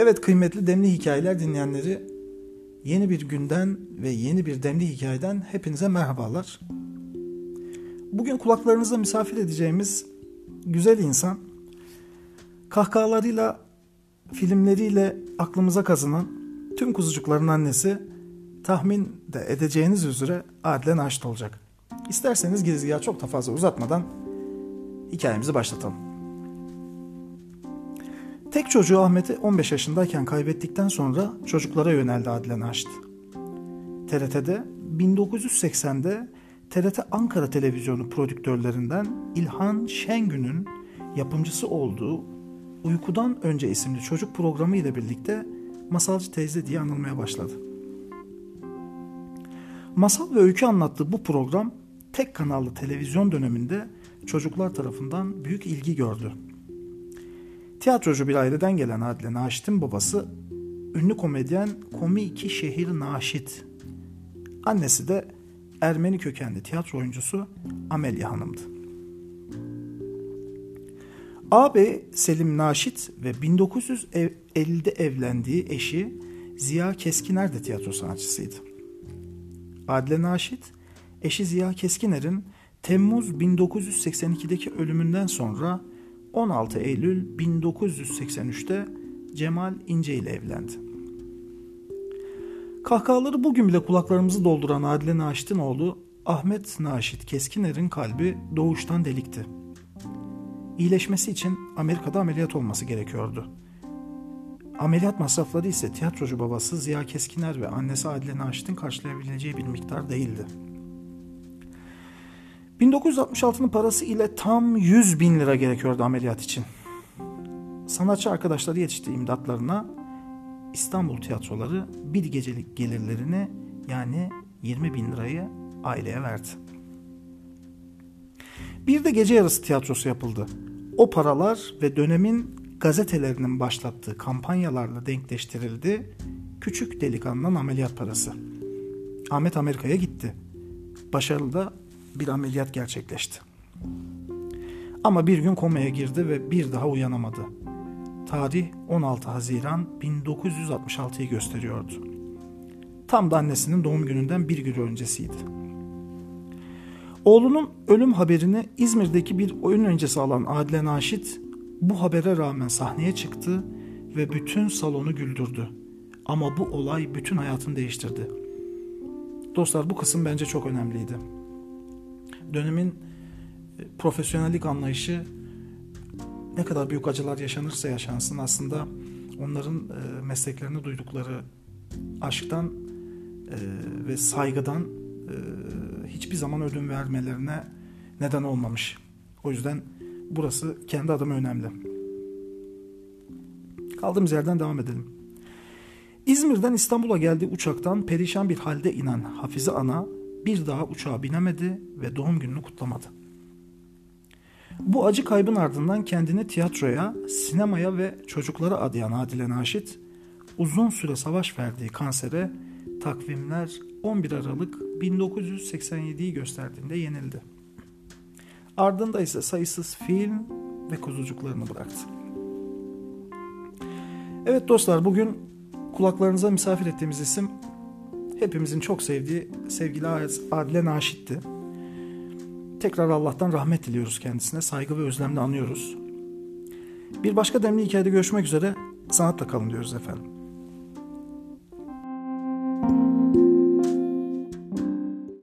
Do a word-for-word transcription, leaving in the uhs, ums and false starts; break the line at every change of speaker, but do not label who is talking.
Evet kıymetli Demli Hikayeler dinleyenleri, yeni bir günden ve yeni bir Demli Hikayeden hepinize merhabalar. Bugün kulaklarınızda misafir edeceğimiz güzel insan, kahkahalarıyla, filmleriyle aklımıza kazınan tüm kuzucukların annesi, tahmin de edeceğiniz üzere Adile Naşit olacak. İsterseniz girizgahı çok da fazla uzatmadan hikayemizi başlatalım. Tek çocuğu Ahmet'i on beş yaşındayken kaybettikten sonra çocuklara yöneldi Adile Naşit. T R T'de bin dokuz yüz seksende T R T Ankara Televizyonu prodüktörlerinden İlhan Şengün'ün yapımcısı olduğu Uykudan Önce isimli çocuk programı ile birlikte Masalcı Teyze diye anılmaya başladı. Masal ve öykü anlattığı bu program tek kanallı televizyon döneminde çocuklar tarafından büyük ilgi gördü. Tiyatrocu bir aileden gelen Adile Naşit'in babası ünlü komedyen Komiki Şehir Naşit. Annesi de Ermeni kökenli tiyatro oyuncusu Amelya Hanım'dı. Ağabey Selim Naşit ve bin dokuz yüz ellide evlendiği eşi Ziya Keskiner de tiyatro sanatçısıydı. Adile Naşit, eşi Ziya Keskiner'in Temmuz bin dokuz yüz seksen ikideki ölümünden sonra on altı Eylül bin dokuz yüz seksen üçte Cemal İnce ile evlendi. Kahkahaları bugün bile kulaklarımızı dolduran Adile Naşit'in oğlu Ahmet Naşit Keskiner'in kalbi doğuştan delikti. İyileşmesi için Amerika'da ameliyat olması gerekiyordu. Ameliyat masrafları ise tiyatrocu babası Ziya Keskiner ve annesi Adile Naşit'in karşılayabileceği bir miktar değildi. bin dokuz yüz altmış altının parası ile tam yüz bin lira gerekiyordu ameliyat için. Sanatçı arkadaşları yetişti imdatlarına. İstanbul tiyatroları bir gecelik gelirlerini yani yirmi bin lirayı aileye verdi. Bir de gece yarısı tiyatrosu yapıldı. O paralar ve dönemin gazetelerinin başlattığı kampanyalarla denkleştirildi. Küçük delikanlının ameliyat parası. Ahmet Amerika'ya gitti. Başarılı da bir ameliyat gerçekleşti. Ama bir gün komaya girdi ve bir daha uyanamadı. Tarih on altı Haziran bin dokuz yüz altmış altıyı gösteriyordu. Tam da annesinin doğum gününden bir gün öncesiydi. Oğlunun ölüm haberini İzmir'deki bir oyun öncesi alan Adile Naşit bu habere rağmen sahneye çıktı ve bütün salonu güldürdü. Ama bu olay bütün hayatını değiştirdi. Dostlar, bu kısım bence çok önemliydi. Dönemin profesyonellik anlayışı ne kadar büyük acılar yaşanırsa yaşansın aslında onların mesleklerine duydukları aşktan ve saygıdan hiçbir zaman ödün vermelerine neden olmamış. O yüzden burası kendi adıma önemli. Kaldığımız yerden devam edelim. İzmir'den İstanbul'a geldiği uçaktan perişan bir halde inen Hafize Ana bir daha uçağa binemedi ve doğum gününü kutlamadı. Bu acı kaybın ardından kendini tiyatroya, sinemaya ve çocuklara adayan Adile Naşit, uzun süre savaş verdiği kansere takvimler on bir Aralık bin dokuz yüz seksen yediyi gösterdiğinde yenildi. Ardında ise sayısız film ve kuzucuklarını bıraktı. Evet dostlar, bugün kulaklarınıza misafir ettiğimiz isim hepimizin çok sevdiği sevgili Adile Naşit'ti. Tekrar Allah'tan rahmet diliyoruz kendisine, saygı ve özlemle anıyoruz. Bir başka demli hikayede görüşmek üzere, sanatla kalın diyoruz efendim.